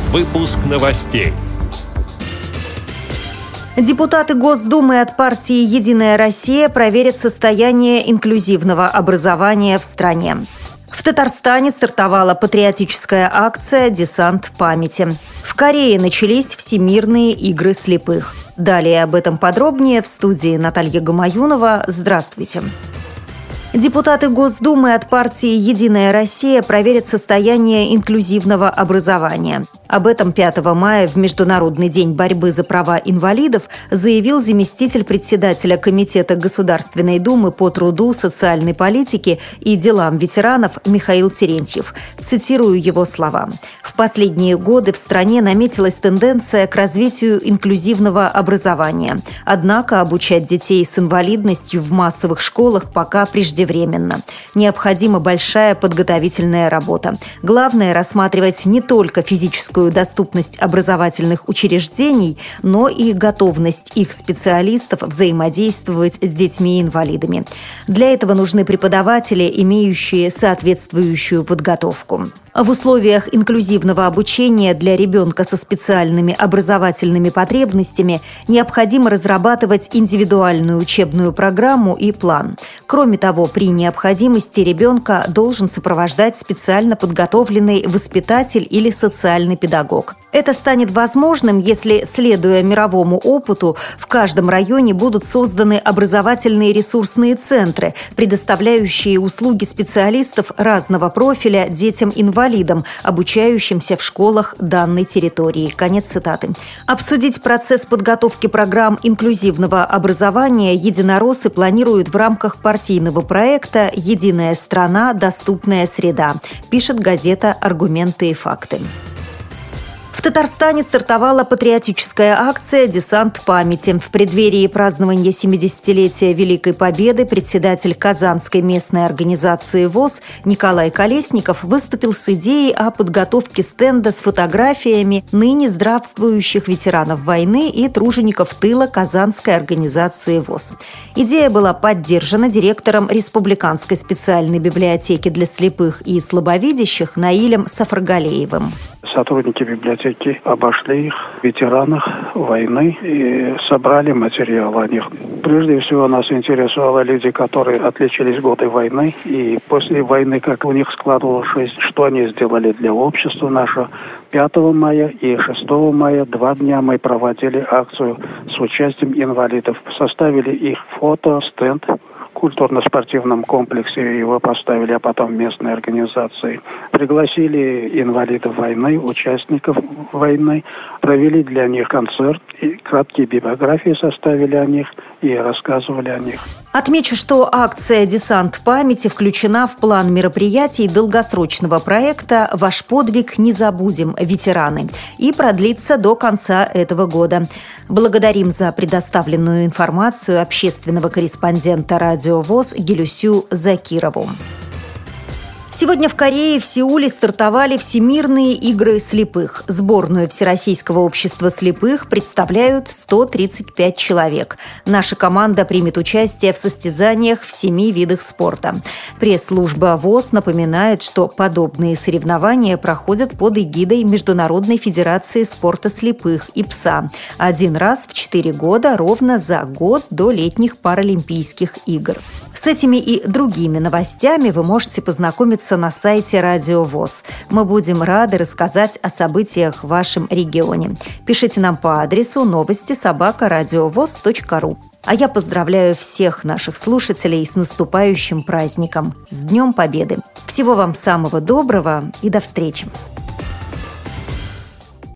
Выпуск новостей. Депутаты Госдумы от партии «Единая Россия» проверят состояние инклюзивного образования в стране. В Татарстане стартовала патриотическая акция «Десант памяти». В Корее начались Всемирные игры слепых. Далее об этом подробнее в студии Наталья Гамаюнова. Здравствуйте. Депутаты Госдумы от партии «Единая Россия» проверят состояние инклюзивного образования. Об этом 5 мая в Международный день борьбы за права инвалидов заявил заместитель председателя Комитета Государственной Думы по труду, социальной политике и делам ветеранов Михаил Терентьев. Цитирую его слова. «В последние годы в стране наметилась тенденция к развитию инклюзивного образования. Однако обучать детей с инвалидностью в массовых школах пока преждевременно. Необходима большая подготовительная работа. Главное – рассматривать не только физическую доступность образовательных учреждений, но и готовность их специалистов взаимодействовать с детьми-инвалидами. Для этого нужны преподаватели, имеющие соответствующую подготовку. В условиях инклюзивного обучения для ребенка со специальными образовательными потребностями необходимо разрабатывать индивидуальную учебную программу и план. Кроме того, при необходимости ребенка должен сопровождать специально подготовленный воспитатель или социальный педагог. Это станет возможным, если, следуя мировому опыту, в каждом районе будут созданы образовательные ресурсные центры, предоставляющие услуги специалистов разного профиля детям-инвалидам, обучающимся в школах данной территории». Конец цитаты. Обсудить процесс подготовки программ инклюзивного образования единороссы планируют в рамках партийного проекта «Единая страна. Доступная среда», пишет газета «Аргументы и факты». В Татарстане стартовала патриотическая акция «Десант памяти». В преддверии празднования 70-летия Великой Победы председатель Казанской местной организации ВОС Николай Колесников выступил с идеей о подготовке стенда с фотографиями ныне здравствующих ветеранов войны и тружеников тыла Казанской организации ВОС. Идея была поддержана директором Республиканской специальной библиотеки для слепых и слабовидящих Наилем Сафаргалеевым. Сотрудники библиотеки обошли их, ветеранов войны, и собрали материал о них. Прежде всего нас интересовали люди, которые отличились в годы войны, и после войны, как у них складывалась жизнь, что они сделали для общества нашего. 5 мая и 6 мая 2 дня мы проводили акцию с участием инвалидов. Составили их фото, стенд в культурно-спортивном комплексе, его поставили, а потом местной организации. Пригласили инвалидов войны, участников войны, провели для них концерт, и краткие биографии составили о них и рассказывали о них. Отмечу, что акция «Десант памяти» включена в план мероприятий долгосрочного проекта «Ваш подвиг не забудем, ветераны» и продлится до конца этого года. Благодарим за предоставленную информацию общественного корреспондента радио ВОС Гелюсю Закирову. Сегодня в Корее, в Сеуле, стартовали Всемирные игры слепых. Сборную Всероссийского общества слепых представляют 135 человек. Наша команда примет участие в состязаниях в 7 видах спорта. Пресс-служба ВОС напоминает, что подобные соревнования проходят под эгидой Международной федерации спорта слепых ИПСА. Один раз в 4 года, ровно за год до летних Паралимпийских игр. С этими и другими новостями вы можете познакомиться на сайте Радио ВОС. Мы будем рады рассказать о событиях в вашем регионе. Пишите нам по адресу новости@радиовос.ру. А я поздравляю всех наших слушателей с наступающим праздником, с Днем Победы. Всего вам самого доброго и до встречи!